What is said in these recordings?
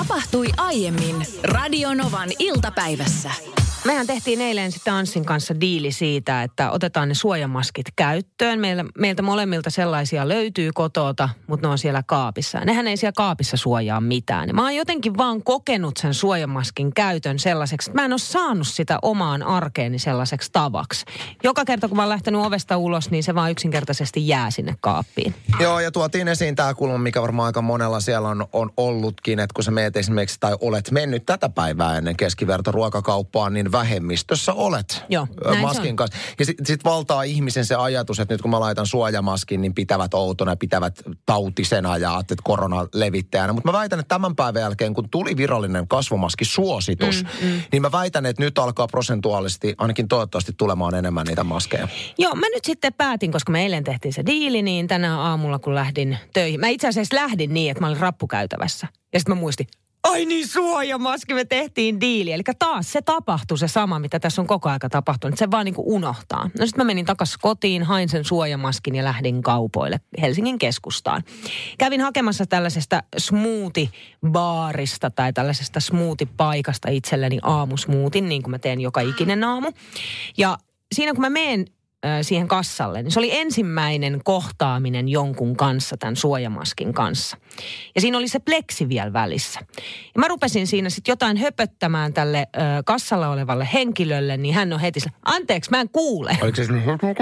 Tapahtui aiemmin Radionovan iltapäivässä. Mehän tehtiin eilen sitten Anssin kanssa diili siitä, että otetaan ne suojamaskit käyttöön. Meiltä molemmilta sellaisia löytyy kotota, mutta ne on siellä kaapissa. Nehän ei siellä kaapissa suojaa mitään. Mä oon jotenkin vaan kokenut sen suojamaskin käytön sellaiseksi, että mä en ole saanut sitä omaan arkeeni sellaiseksi tavaksi. Joka kerta, kun mä oon lähtenyt ovesta ulos, niin se vaan yksinkertaisesti jää sinne kaappiin. Joo, ja tuotiin esiin tämä kulma, mikä varmaan aika monella siellä on ollutkin, että kun sä meet esimerkiksi tai olet mennyt tätä päivää ennen keskiverto ruokakauppaan, niin vähemmistössä olet maskin kanssa. Ja sit valtaa ihmisen se ajatus, että nyt kun mä laitan suojamaskin, niin pitävät outona, pitävät tautisena ja että korona levittäjänä. Mutta mä väitän, että tämän päivän jälkeen, kun tuli virallinen kasvomaskisuositus, niin mä väitän, että nyt alkaa prosentuaalisesti, ainakin toivottavasti tulemaan enemmän niitä maskeja. Joo, mä nyt sitten päätin, koska me eilen tehtiin se diili, niin tänään aamulla kun lähdin töihin. Mä itse asiassa lähdin niin, että mä olin rappukäytävässä. Ja sitten mä muistin, ai niin, suojamaski, me tehtiin diili. Eli taas se tapahtui se sama, mitä tässä on koko aika tapahtunut. Se vaan niin kuin unohtaa. No sitten mä menin takaisin kotiin, hain sen suojamaskin ja lähdin kaupoille Helsingin keskustaan. Kävin hakemassa tällaisesta smoothie-baarista tai tällaisesta smoothie-paikasta itselleni aamusmoothien, niin kuin mä teen joka ikinen aamu. Ja siinä kun mä menen siihen kassalle, niin se oli ensimmäinen kohtaaminen jonkun kanssa, tämän suojamaskin kanssa. Ja siinä oli se pleksi vielä välissä. Ja mä rupesin siinä sitten jotain höpöttämään tälle kassalla olevalle henkilölle, niin hän on heti anteeksi, mä en kuule. Oliko se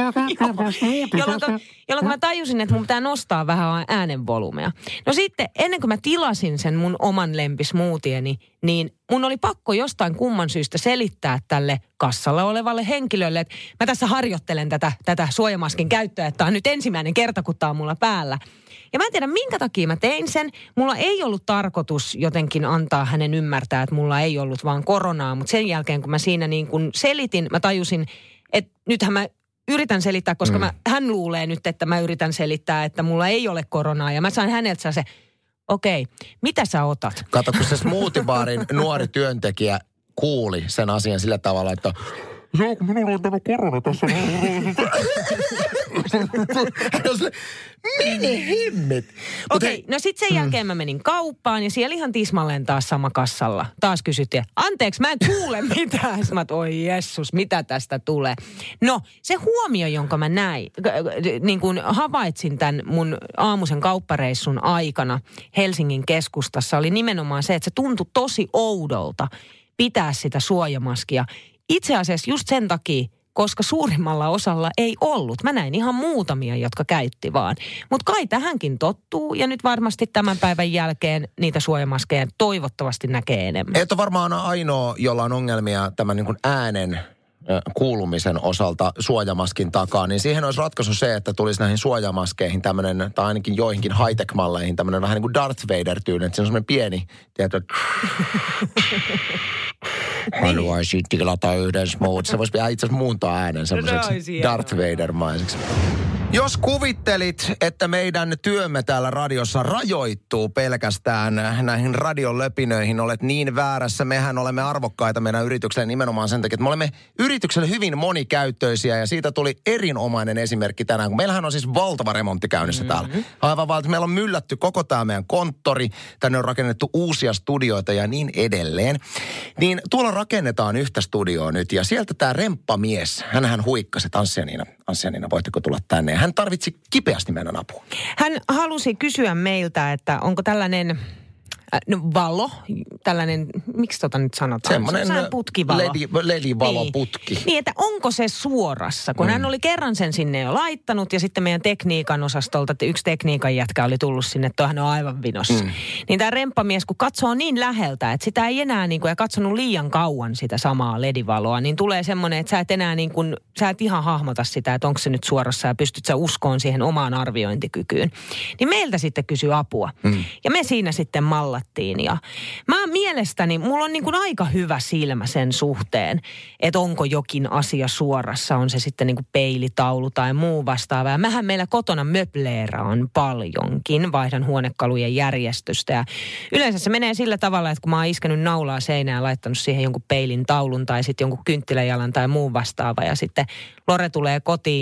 jolloin mä tajusin, että mun pitää nostaa vähän äänenvolumea. No sitten, ennen kuin mä tilasin sen mun oman lempismoothieni, niin mun oli pakko jostain kumman syystä selittää tälle kassalla olevalle henkilölle, että mä tässä harjoittelen tätä suojamaskin käyttöä, että tää on nyt ensimmäinen kerta, kun tää on mulla päällä. Ja mä en tiedä, minkä takia mä tein sen. Mulla ei ollut tarkoitus jotenkin antaa hänen ymmärtää, että mulla ei ollut vaan koronaa, mutta sen jälkeen, kun mä siinä niin kun selitin, mä tajusin, että nythän mä yritän selittää, koska hän luulee nyt, että mä yritän selittää, että mulla ei ole koronaa. Ja mä sain häneltä se, okei, mitä sä otat? Kato, kun se smoothie-baarin nuori työntekijä kuuli sen asian sillä tavalla, että joo, kun minulla on tämä korona tässä. Mene himmet. Okei, no sit sen jälkeen mä menin kauppaan ja siellä ihan tismalleen taas sama kassalla. Taas kysyttiin, anteeksi, mä en kuule mitään. Mä oi jessus, mitä tästä tulee? No, se huomio, jonka mä näin, niin kuin havaitsin tämän mun aamuisen kauppareissun aikana Helsingin keskustassa, oli nimenomaan se, että se tuntui tosi oudolta pitää sitä suojamaskia. Itse asiassa just sen takia, koska suurimmalla osalla ei ollut. Mä näin ihan muutamia, jotka käytti vaan. Mutta kai tähänkin tottuu ja nyt varmasti tämän päivän jälkeen niitä suojamaskeja toivottavasti näkee enemmän. Et ole varmaan ainoa, jolla on ongelmia tämän niin kuin äänen kuulumisen osalta suojamaskin takaa, niin siihen olisi ratkaisu se, että tulisi näihin suojamaskeihin tämmöinen, tai ainakin joihinkin high-tech-malleihin tämmöinen vähän niin kuin Darth Vader-tyyli, että se on semmoinen pieni, tiedätkö, haluaisin tilata yhden smoothie. Se voisi itse asiassa muuntaa äänen semmoiseksi Darth Vader-maiseksi. Jos kuvittelit, että meidän työmme täällä radiossa rajoittuu pelkästään näihin radion löpinöihin, olet niin väärässä. Mehän olemme arvokkaita meidän yritykselle nimenomaan sen takia, että me olemme yritykselle hyvin monikäyttöisiä ja siitä tuli erinomainen esimerkki tänään, kun meillähän on siis valtava remontti käynnissä täällä. Aivan valtava. Meillä on myllätty koko tämä meidän konttori, tänne on rakennettu uusia studioita ja niin edelleen. Niin tuolla rakennetaan yhtä studioa nyt ja sieltä tämä remppamies, hänhän huikkasi, että Anssi ja Niina, voitteko tulla tänne? Hän tarvitsi kipeästi meidän apua. Hän halusi kysyä meiltä, että onko tällainen valo, tällainen, miksi nyt sanotaan? Semmoinen putkivalo. LED-valoputki. Niin, että onko se suorassa? Kun hän oli kerran sen sinne jo laittanut ja sitten meidän tekniikan osastolta, että yksi tekniikan jätkä oli tullut sinne, että hän on aivan vinossa. Niin tämä remppamies, kun katsoo niin läheltä, että sitä ei enää ja katsonut liian kauan sitä samaa LED-valoa, niin tulee semmoinen, että sä et enää sä et ihan hahmota sitä, että onko se nyt suorassa ja pystyt sä uskoon siihen omaan arviointikykyyn. Niin meiltä sitten kysyi apua. Ja me siinä sitten ja mä mielestäni, mulla on aika hyvä silmä sen suhteen, että onko jokin asia suorassa, on se sitten peilitaulu tai muu vastaava. Ja meillä kotona möbleera on paljonkin, vaihdan huonekalujen järjestystä ja yleensä se menee sillä tavalla, että kun mä oon iskenyt naulaa seinään ja laittanut siihen jonkun peilin taulun tai sitten jonkun kynttiläjalan tai muu vastaava ja sitten Lore tulee kotiin ja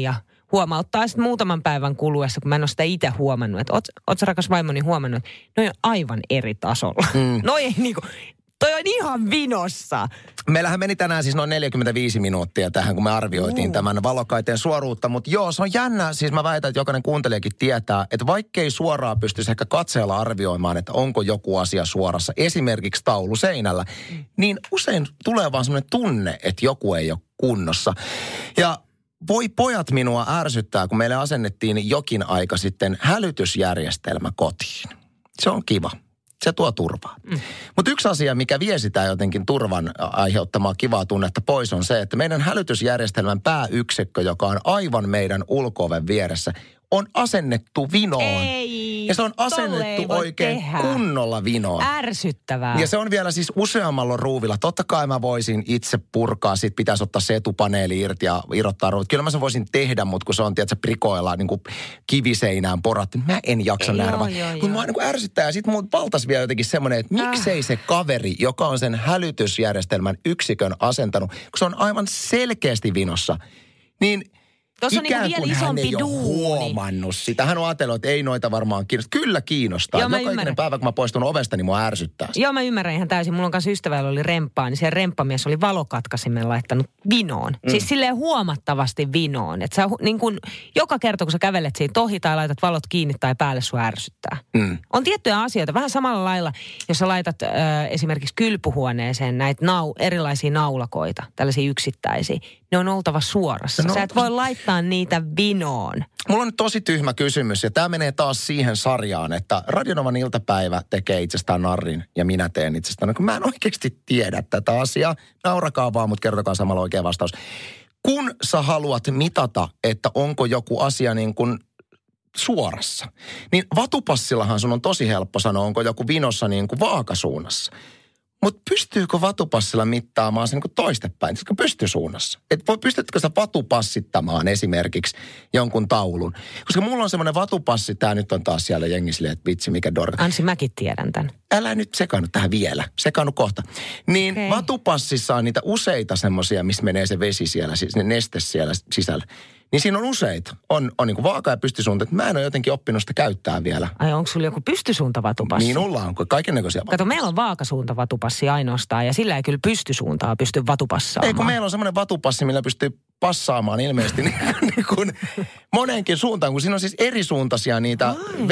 huomauttaa sitten muutaman päivän kuluessa, kun mä en ole sitä itse huomannut. Että oot sä rakas vaimoni huomannut, että noi on aivan eri tasolla. Noi ei niinku... Toi on ihan vinossa. Meillähän meni tänään siis noin 45 minuuttia tähän, kun me arvioitiin tämän valokaiteen suoruutta. Mutta joo, se on jännä. Siis mä väitän, että jokainen kuuntelijakin tietää, että vaikkei suoraan pystyisi ehkä katseella arvioimaan, että onko joku asia suorassa, esimerkiksi taulu seinällä, niin usein tulee vaan semmoinen tunne, että joku ei ole kunnossa. Ja voi pojat minua ärsyttää, kun meille asennettiin jokin aika sitten hälytysjärjestelmä kotiin. Se on kiva. Se tuo turvaa. Mutta yksi asia, mikä vie sitä jotenkin turvan aiheuttamaa kivaa tunnetta pois, on se, että meidän hälytysjärjestelmän pääyksikkö, joka on aivan meidän ulko-oven vieressä, on asennettu vinoon. Ei, ja se on asennettu oikein kunnolla vinoon. Ärsyttävää. Ja se on vielä siis useammalla ruuvilla. Totta kai mä voisin itse purkaa, sit pitäisi ottaa se etupaneeli irti ja irrottaa ruuvit. Kyllä mä sen voisin tehdä, mutta kun se on, tiedätkö, prikoilla niin kuin kiviseinään porattu, mä en jaksa nähdä. Mutta mua niin ärsyttää. Ja sit mun valtas vielä jotenkin semmoinen, että miksei se kaveri, joka on sen hälytysjärjestelmän yksikön asentanut, kun se on aivan selkeästi vinossa, niin... Tuossa on ikään niin kuin vielä hän isompi ei ole duuni. huomannut sitä. Hän on ajatellut, että ei noita varmaan kiinnosta. Kyllä kiinnostaa. Joo, joka ikinen päivä, kun mä poistun ovesta, niin mua ärsyttää. Joo, mä ymmärrän ihan täysin. Mulla on kanssa ystävällä oli remppaa, niin se remppamies oli valokatkasimen laittanut vinoon. Siis silleen huomattavasti vinoon. Että sä niin kun, joka kerta, kun sä kävelet siitä ohi tai laitat valot kiinni tai päälle, sua ärsyttää. On tiettyjä asioita. Vähän samalla lailla, jos sä laitat esimerkiksi kylpyhuoneeseen näitä erilaisia naulakoita, tällaisia yksittäisiä. Ne on oltava suorassa. Sä et voi laittaa niitä vinoon. Mulla on nyt tosi tyhmä kysymys ja tämä menee taas siihen sarjaan, että Radio Novan iltapäivä tekee itsestään narrin ja minä teen itsestään. Kun mä en oikeasti tiedä tätä asiaa. Naurakaa vaan, mutta kertokaa samalla oikea vastaus. Kun sä haluat mitata, että onko joku asia niin kuin suorassa, niin vatupassillahan sun on tosi helppo sanoa, onko joku vinossa niin kuin vaakasuunnassa. Mutta pystyykö vatupassilla mittaamaan sen niin toistepäin, siis pystysuunnassa? Pystytkö sä vatupassittamaan esimerkiksi jonkun taulun? Koska mulla on semmoinen vatupassi, tää nyt on taas siellä jengi silleen, että vitsi mikä dorka. Ansi, mäkin tiedän tämän. Älä nyt sekaannu tähän vielä, sekaannu kohta. Niin okay. Vatupassissa on niitä useita semmoisia, missä menee se vesi siellä, siis ne neste siellä sisällä. Niin siinä on useita. On niin kuin vaaka- ja pystysuunta. Mä en ole jotenkin oppinut sitä käyttää vielä. Ai onko sulla joku pystysuuntavatupassi? Minulla on kaikennäköisiä vatupassia. Kato, meillä on vaakasuuntavatupassi ainoastaan ja sillä ei kyllä pystysuuntaa pysty vatupassaamaan. Ei, kun meillä on semmoinen vatupassi, millä pystyy passaamaan ilmeisesti niin kuin moneenkin suuntaan. Kun siinä on siis eri suuntaisia niitä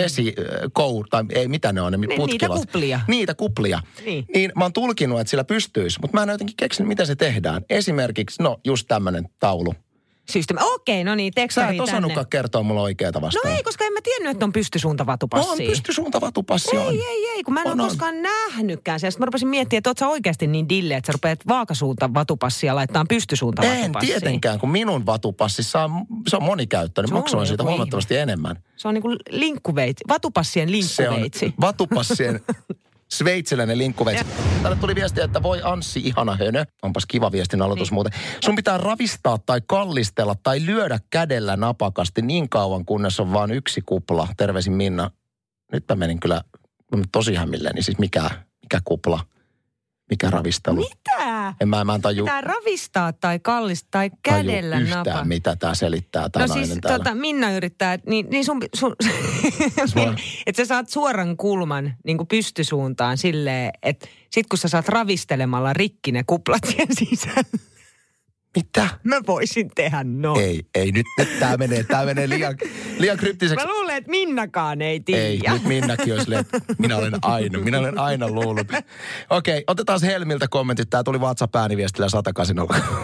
tai ei mitä ne on, ne putkivat. Niitä kuplia. Niitä kuplia. Niin mä oon tulkinut, että sillä pystyisi, mutta mä en jotenkin keksinyt, mitä se tehdään. Esimerkiksi, just tämmöinen taulu. Okei, no niin, tekstari tänne. Sä et osannutkaan kertoa mulle oikeata vastaan. No ei, koska en mä tiennyt, että on pystysuuntavatupassi. On pystysuuntavatupassi on. Ei, kun mä en ole koskaan nähnytkään. Sitten mä rupesin miettimään, että oot sä oikeasti niin dille, että sä rupeat vaakasuuntavatupassia laittaa pystysuuntavatupassiin. En tietenkään, kun minun vatupassissa se on monikäyttöinen. Maksoin siitä huomattavasti enemmän. Se on niin kuin linkkuveitsi, vatupassien linkkuveitsi. Se on vatupassien... sveitsiläinen linkkuveitsi. Täällä tuli viestiä, että voi Anssi, ihana hönö. Onpas kiva viestin aloitus muuten. Sun pitää ravistaa tai kallistella tai lyödä kädellä napakasti niin kauan, kunnes on vaan yksi kupla. Terveisin Minna. Nyt mä menin kyllä tosi hämilleeni. Siis mikä kupla? Mikä ravistelu? Mitä? Mä en taju. Pitää ravistaa tai kallistaa tai kädellä yhtään, napakasti. mitä tää selittää tää nainen siis täällä. Minna yrittää, niin sun että sä saat suoran kulman niin kuin pystysuuntaan silleen, että sit kun sä saat ravistelemalla rikki ne kuplat siihen sisällä. Mitä? Mä voisin tehdä Ei, nyt tää menee liian kryptiseksi. Mä luulen, että Minnakaan ei tiedä. Ei, nyt Minnakin olisi silleen, että minä olen aina luullut. Okei, otetaan Helmiltä kommentit. Tää tuli WhatsApp-ääniviestillä 108.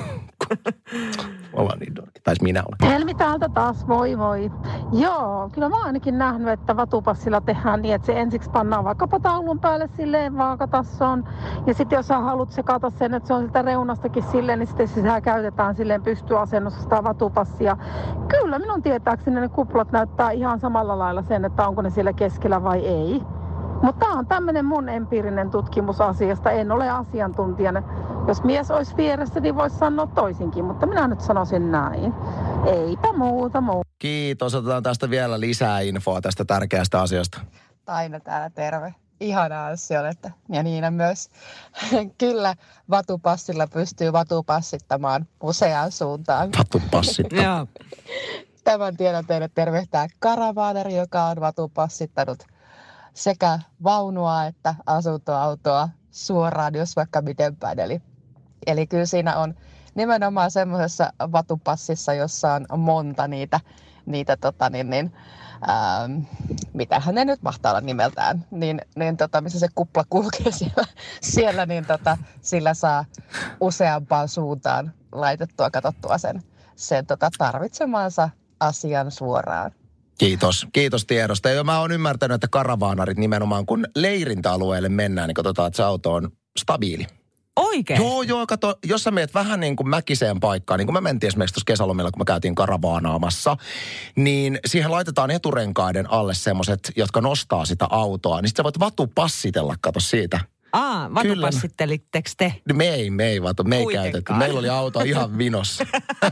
Ollaan niin dorki. Tai minä olen. Helmi täältä taas, moi. Joo, kyllä mä oon ainakin nähnyt, että vatupassilla tehdään niin, että se ensiksi pannaan vaikkapa taulun päälle silleen vaakatassoon. Ja sitten jos sä haluat sekata sen, että se on siltä reunastakin silleen, niin sitten sitä käytetään silleen pystyasennossa sitä vatupassia. Kyllä minun tietääkseni ne kuplat näyttää ihan samalla lailla sen, että onko ne siellä keskellä vai ei. Mutta tämä on tämmöinen mun empiirinen tutkimus asiasta. En ole asiantuntijana. Jos mies olisi vieressä, niin voisi sanoa toisinkin, mutta minä nyt sanoisin näin. Eipä muuta. Kiitos. Otetaan tästä vielä lisää infoa tästä tärkeästä asiasta. Taina täällä, terve. Ihanaa, jos se olette. Ja Niina myös. Kyllä, vatupassilla pystyy vatupassittamaan useaan suuntaan. Vatupassittamaan. Joo. Tämän tiedon teille tervehtää karavaaneri, joka on vatupassittanut sekä vaunua että asuntoautoa suoraan, jos vaikka miten päin. Eli kyllä siinä on nimenomaan semmoisessa vatupassissa, jossa on monta niitä mitähän ne nyt mahtaa olla nimeltään, missä se kupla kulkee siellä niin sillä saa useampaan suuntaan laitettua, katsottua sen tarvitsemansa asian suoraan. Kiitos tiedosta. Ja mä oon ymmärtänyt, että karavaanarit nimenomaan kun leirintäalueelle mennään, niin katsotaan, että se auto on stabiili. Oikein? Joo, kato, jos sä meet vähän niin kuin mäkiseen paikkaan, niin kuin me mentiin esimerkiksi tuossa kesälomilla, kun me käytiin karavaanaamassa, niin siihen laitetaan eturenkaiden alle semmoiset, jotka nostaa sitä autoa, niin sit sä voit vatupassitella, kato siitä. Vatupassittelitteks te? Me ei käytetty. Meillä oli auto ihan vinossa.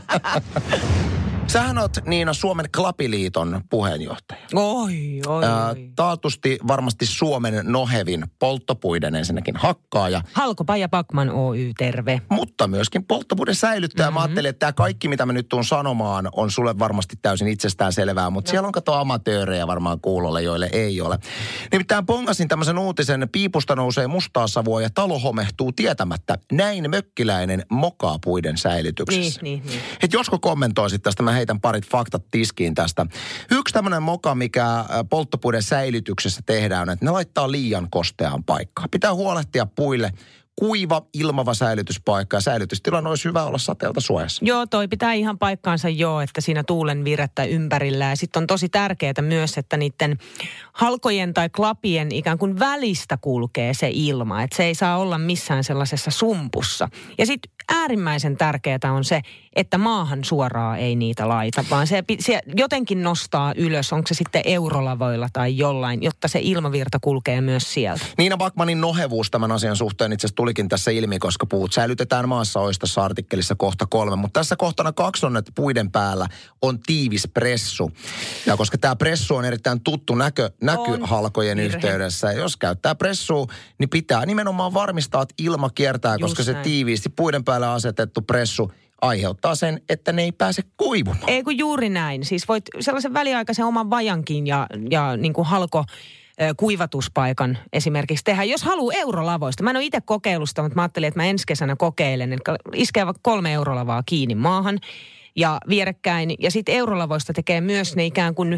Sähän oot, Niina, Suomen Klapiliiton puheenjohtaja. Oi. Taatusti varmasti Suomen nohevin polttopuiden ensinnäkin hakkaaja. Halkopaja Backman Oy, terve. Mutta myöskin polttopuiden säilyttäjä. Mm-hmm. Mä ajattelin, että tämä kaikki, mitä mä nyt tuun sanomaan, on sulle varmasti täysin itsestään selvää. Mutta siellä on kato amatöörejä varmaan kuulolle, joille ei ole. Nimittäin pongasin tämmöisen uutisen, piipusta nousee mustaa savua ja talo homehtuu tietämättä. Näin mökkiläinen mokaa puiden säilytyksessä. Niin. Et josko kommentoisit tästä, mä heitän parit faktat tiskiin tästä. Yksi tämmöinen moka, mikä polttopuiden säilytyksessä tehdään, että ne laittaa liian kosteaan paikkaan. Pitää huolehtia puille kuiva, ilmava säilytyspaikka ja säilytystilan olisi hyvä olla sateelta suojassa. Joo, toi pitää ihan paikkaansa että siinä tuulen virettä ympärillä. Ja sitten on tosi tärkeää myös, että niiden halkojen tai klapien ikään kuin välistä kulkee se ilma. Että se ei saa olla missään sellaisessa sumpussa. Ja sitten äärimmäisen tärkeää on se, että maahan suoraan ei niitä laita, vaan se jotenkin nostaa ylös, onko se sitten eurolavoilla tai jollain, jotta se ilmavirta kulkee myös sieltä. Niina Backmanin nohevuus tämän asian suhteen itse asiassa tulikin tässä ilmi, koska puut säilytetään maassa oistassa artikkelissa kohta 3. Mutta tässä kohtana 2 on, että puiden päällä on tiivis pressu. Ja koska tämä pressu on erittäin tuttu näkyhalkojen yhteydessä. Ja jos käyttää pressua, niin pitää nimenomaan varmistaa, että ilma kiertää, koska se tiiviisti puiden päälle asetettu pressu aiheuttaa sen, että ne ei pääse kuivumaan. Ei kun juuri näin. Siis voit sellaisen väliaikaisen oman vajankin ja niin kuin kuivatuspaikan esimerkiksi tehdä, jos haluaa eurolavoista. Mä en ole itse kokeilusta, mutta mä ajattelin, että mä ensi kesänä kokeilen, että iskee vaikka 3 eurolavaa kiinni maahan ja vierekkäin. Ja sitten eurolavoista tekee myös ne ikään kuin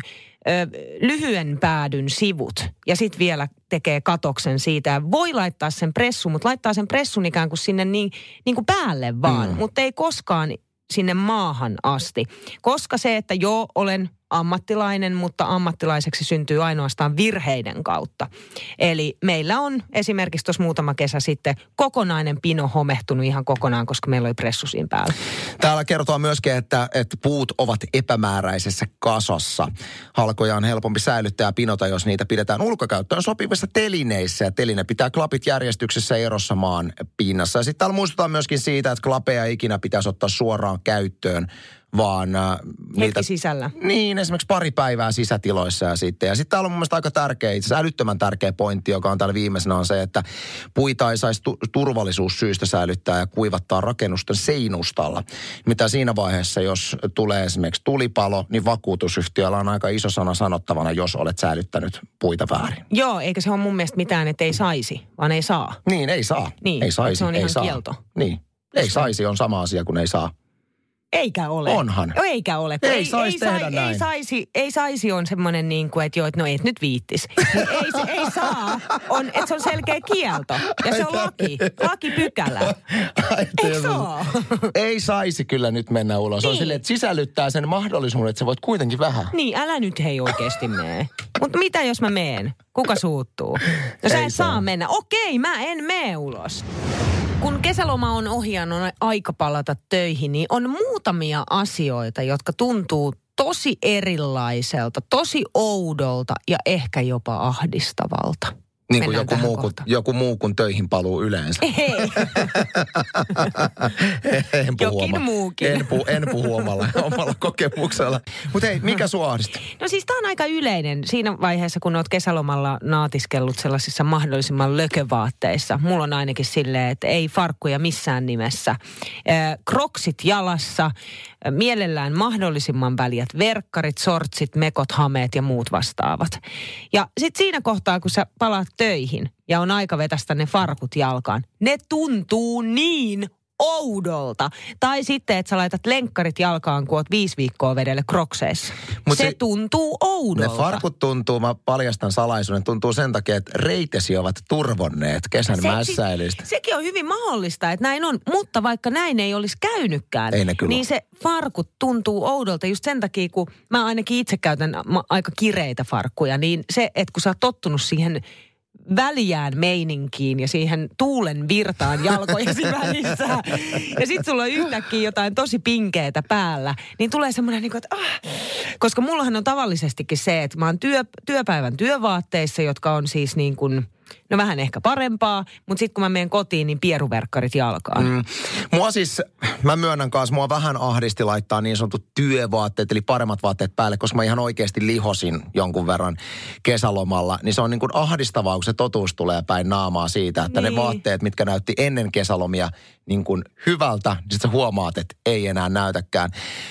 lyhyen päädyn sivut ja sitten vielä tekee katoksen siitä. Voi laittaa sen pressun, mutta laittaa sen pressun ikään kuin sinne niin kuin päälle vaan, mutta ei koskaan sinne maahan asti. Koska se, että olen ammattilainen, mutta ammattilaiseksi syntyy ainoastaan virheiden kautta. Eli meillä on esimerkiksi tuossa muutama kesä sitten kokonainen pino homehtunut ihan kokonaan, koska meillä oli pressu siinä päällä. Täällä kerrotaan myöskin, että puut ovat epämääräisessä kasassa. Halkoja on helpompi säilyttää ja pinota, jos niitä pidetään ulkokäyttöön sopivissa telineissä. Ja teline pitää klapit järjestyksessä erossa maan pinnassa. Ja sitten täällä muistutaan myöskin siitä, että klapeja ikinä pitäisi ottaa suoraan käyttöön, vaan hetki sisällä. Niin, esimerkiksi pari päivää sisätiloissa ja sitten täällä on mun mielestä aika tärkeä, itse asiassa älyttömän tärkeä pointti, joka on täällä viimeisenä on se, että puita ei saisi turvallisuussyistä säilyttää ja kuivattaa rakennusten seinustalla. Mitä siinä vaiheessa, jos tulee esimerkiksi tulipalo, niin vakuutusyhtiöllä on aika iso sana sanottavana, jos olet säilyttänyt puita väärin. Joo, eikä se ole mun mielestä mitään, että ei saisi, vaan ei saa. Niin, ei saa. Niin, ei saisi, se on ei ihan saa. kielto. Niin, ei saisi on sama asia kuin ei saa. Eikä ole. Onhan. Eikä ole. Ei saisi tehdä näin. Ei saisi on semmoinen niin kuin, että no et nyt viittis. Mutta ei saa, että se on selkeä kielto. Ja se on lakipykälä. Eikö se ole? Ei saisi kyllä nyt mennä ulos. Niin. On silleen, että sisällyttää sen mahdollisuuden, että sä voit kuitenkin vähän. Niin, älä nyt oikeasti mene. Mutta mitä jos mä meen? Kuka suuttuu? No sä et saa mennä. Okei, mä en mene ulos. Kun kesäloma on ohi ja on aika palata töihin, niin on muutamia asioita, jotka tuntuu tosi erilaiselta, tosi oudolta ja ehkä jopa ahdistavalta. Niin kuin joku muu kuin töihin paluu yleensä. Ei. Jokin muukin. En puhu omalla kokemuksella. Mutta hei, mikä sua ahdistaa? No siis tää on aika yleinen siinä vaiheessa, kun oot kesälomalla naatiskellut sellaisissa mahdollisimman lökövaatteissa. Mulla on ainakin silleen, että ei farkkuja missään nimessä. Kroksit jalassa, mielellään mahdollisimman väljät verkkarit, sortsit, mekot, hameet ja muut vastaavat. Ja sit siinä kohtaa, kun sä palaat töihin ja on aika vetästä ne farkut jalkaan, ne tuntuu niin oudolta. Tai sitten, että sä laitat lenkkarit jalkaan, kun oot 5 viikkoa vedelle krokseissa. Se tuntuu oudolta. Ne farkut tuntuu, mä paljastan salaisuuden, tuntuu sen takia, että reitesi ovat turvonneet kesän mässäilystä. Sekin on hyvin mahdollista, että näin on. Mutta vaikka näin ei olisi käynytkään, niin se farkut tuntuu oudolta just sen takia, kun mä ainakin itse käytän aika kireitä farkkuja, niin se, että kun sä oot tottunut siihen väljään meininkiin ja siihen tuulen virtaan jalkojesi välissä. Ja sit sulla on yhtäkkiä jotain tosi pinkeetä päällä. Niin tulee semmoinen niin kuin, että koska mullahan on tavallisestikin se, että mä oon työpäivän työvaatteissa, jotka on siis niin kuin, no vähän ehkä parempaa, mutta sitten kun mä menen kotiin, niin pieruverkkarit jalkaan. Mua siis, mä myönnän kanssa, mua vähän ahdisti laittaa niin sanotut työvaatteet, eli paremmat vaatteet päälle, koska mä ihan oikeasti lihosin jonkun verran kesälomalla. Niin se on niin kuin ahdistavaa, kun se totuus tulee päin naamaa siitä, että ne vaatteet, mitkä näytti ennen kesälomia niin kuin hyvältä, niin sitten sä huomaat, että ei enää näytäkään.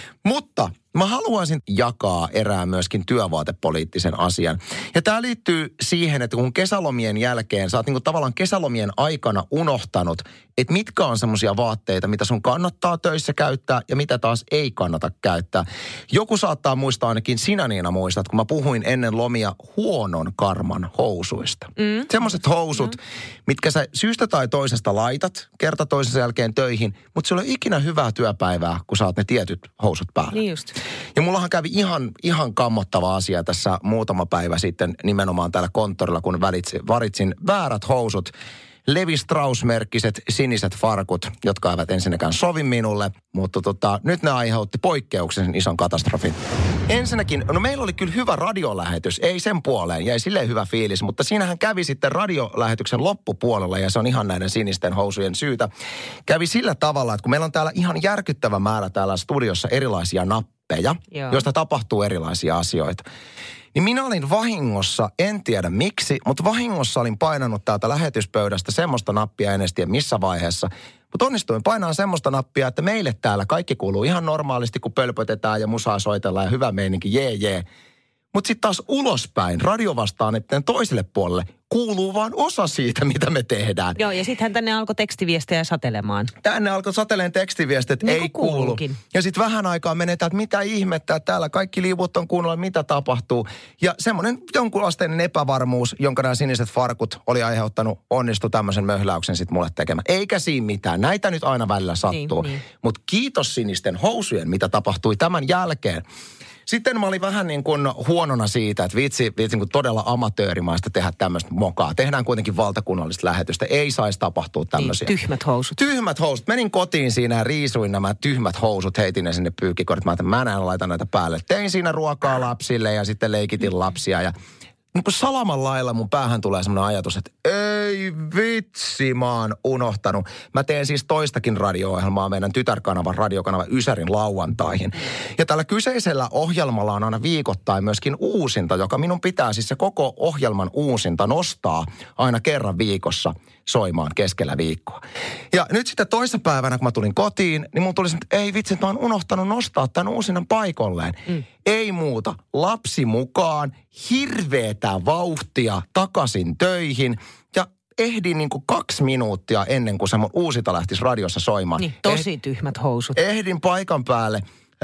Mutta mä haluaisin jakaa erään myöskin työvaatepoliittisen asian. Ja tää liittyy siihen, että kun kesälomien jälkeen, sä oot niinku tavallaan kesälomien aikana unohtanut, että mitkä on semmoisia vaatteita, mitä sun kannattaa töissä käyttää ja mitä taas ei kannata käyttää. Joku saattaa muistaa, ainakin sinä Niina muistat, kun mä puhuin ennen lomia huonon karman housuista. Semmoiset housut, mitkä sä syystä tai toisesta laitat kerta toisensa jälkeen töihin, mutta sulla ei ole ikinä hyvää työpäivää, kun saat ne tietyt housut päällä. Niin just. Ja mullahan kävi ihan kammottava asia tässä muutama päivä sitten nimenomaan täällä konttorilla, kun varitsin väärät housut. Levi Strauss-merkkiset siniset farkut, jotka eivät ensinnäkään sovi minulle, mutta nyt ne aiheutti poikkeuksellisen ison katastrofin. Ensinnäkin, no meillä oli kyllä hyvä radiolähetys, ei sen puoleen, jäi silleen hyvä fiilis, mutta siinähän kävi sitten radiolähetyksen loppupuolella, ja se on ihan näiden sinisten housujen syytä. Kävi sillä tavalla, että kun meillä on täällä ihan järkyttävä määrä täällä studiossa erilaisia nappeja, joista tapahtuu erilaisia asioita. Niin minä olin vahingossa, en tiedä miksi, mutta vahingossa olin painanut täältä lähetyspöydästä semmoista nappia, en edes tiedä missä vaiheessa. Mutta onnistuin painaa semmoista nappia, että meille täällä kaikki kuuluu ihan normaalisti, kun pölpötetään ja musaa soitellaan ja hyvä meininki, jee. Mutta sitten taas ulospäin, radiovastaanetteen toiselle puolelle, kuuluu vaan osa siitä, mitä me tehdään. Joo, ja sittenhän tänne alkoi tekstiviestejä satelemaan. Tänne alkoi sateleen tekstiviestit, niin ei kuulu. Ja sitten vähän aikaa menetään, että mitä ihmettä, että täällä kaikki liivut on kuunnella, mitä tapahtuu. Ja semmoinen jonkunlainen epävarmuus, jonka nämä siniset farkut oli aiheuttanut, onnistui tämmöisen möhläyksen sitten mulle tekemään. Eikä siinä mitään, näitä nyt aina välillä sattuu. Niin. Mutta kiitos sinisten housujen, mitä tapahtui tämän jälkeen. Sitten mä olin vähän niin kuin huonona siitä, että vitsi kun todella amatöörimaista tehdä tämmöistä mokaa. Tehdään kuitenkin valtakunnallista lähetystä. Ei saisi tapahtua tämmöisiä. Niin, tyhmät housut. Menin kotiin siinä ja riisuin nämä tyhmät housut, heitin ne sinne pyykkikorin. Mä ajattelin, mä en laita näitä päälle. Tein siinä ruokaa lapsille ja sitten leikitin lapsia ja niin kuin salaman lailla mun päähän tulee semmoinen ajatus, että ei vitsi, mä oon unohtanut. Mä teen siis toistakin radio-ohjelmaa meidän tytärkanavan radiokanava Ysärin lauantaihin. Ja tällä kyseisellä ohjelmalla on aina viikoittain myöskin uusinta, joka minun pitää siis se koko ohjelman uusinta nostaa aina kerran viikossa soimaan keskellä viikkoa. Ja nyt sitten toissapäivänä, kun mä tulin kotiin, niin mun tuli että ei vitsi, että mä oon unohtanut nostaa tämän uusinnan paikolleen. Ei muuta. Lapsi mukaan, hirveetä vauhtia takaisin töihin ja ehdin niin kuin 2 minuuttia ennen kuin se mun uusinta lähtisi radiossa soimaan. Niin, tosi tyhmät housut. Ehdin paikan päälle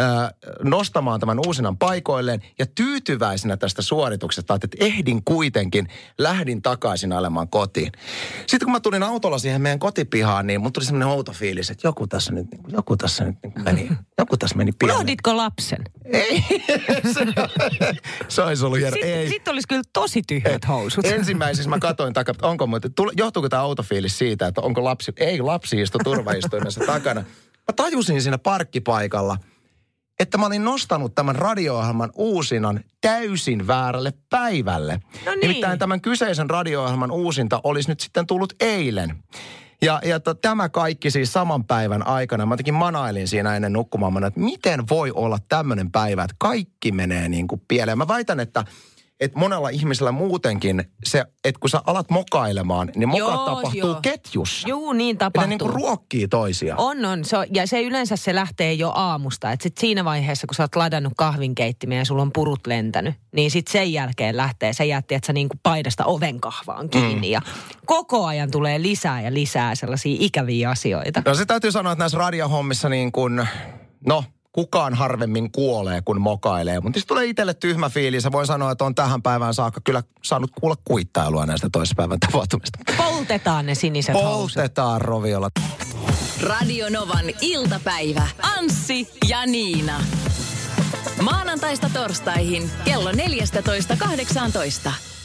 nostamaan tämän uusinnan paikoilleen ja tyytyväisenä tästä suorituksesta, että ehdin kuitenkin, lähdin takaisin alemaan kotiin. Sitten kun mä tulin autolla siihen meidän kotipihaan, niin mun tuli semmoinen outo fiilis, että joku tässä meni pienen. Unohditko lapsen? Ei, se olisi ollut Sitten olisi kyllä tosi tyhmät housut. Ensimmäiseksi mä katsoin takaa, että johtuuko tämä autofiilis siitä, että onko lapsi, ei lapsi istu turvaistuimessa takana. Mä tajusin siinä parkkipaikalla, että mä olin nostanut tämän radio-ohjelman uusinnan täysin väärälle päivälle. No niin. Nimittäin tämän kyseisen radio-ohjelman uusinta olisi nyt sitten tullut eilen. Ja tämä kaikki siis saman päivän aikana. Mä jotenkin manailin siinä ennen nukkumaan, että miten voi olla tämmöinen päivä, että kaikki menee niin kuin pieleen. Mä väitän, että monella ihmisellä muutenkin se, että kun sä alat mokailemaan, niin mokat tapahtuu ketjussa. Joo, niin tapahtuu. Ja ne niin kuin ruokkii toisiaan. On. Ja se yleensä se lähtee jo aamusta. Että sit siinä vaiheessa, kun sä oot ladannut kahvinkeittimeen ja sulla on purut lentänyt, niin sit sen jälkeen lähtee. Se jätti, että sä niin kuin paidasta ovenkahvaan kiinni. Ja koko ajan tulee lisää ja lisää sellaisia ikäviä asioita. No se täytyy sanoa, että näissä radiohommissa niin kuin, kukaan harvemmin kuolee, kun mokailee. Mutta sitten tulee itselle tyhmä fiilis. Ja voin sanoa, että on tähän päivään saakka kyllä saanut kuulla kuittailua näistä toissapäivän tapahtumista. Poltetaan ne siniset housut. Poltetaan roviolla. Radio Novan iltapäivä. Anssi ja Niina. Maanantaista torstaihin kello 14.18.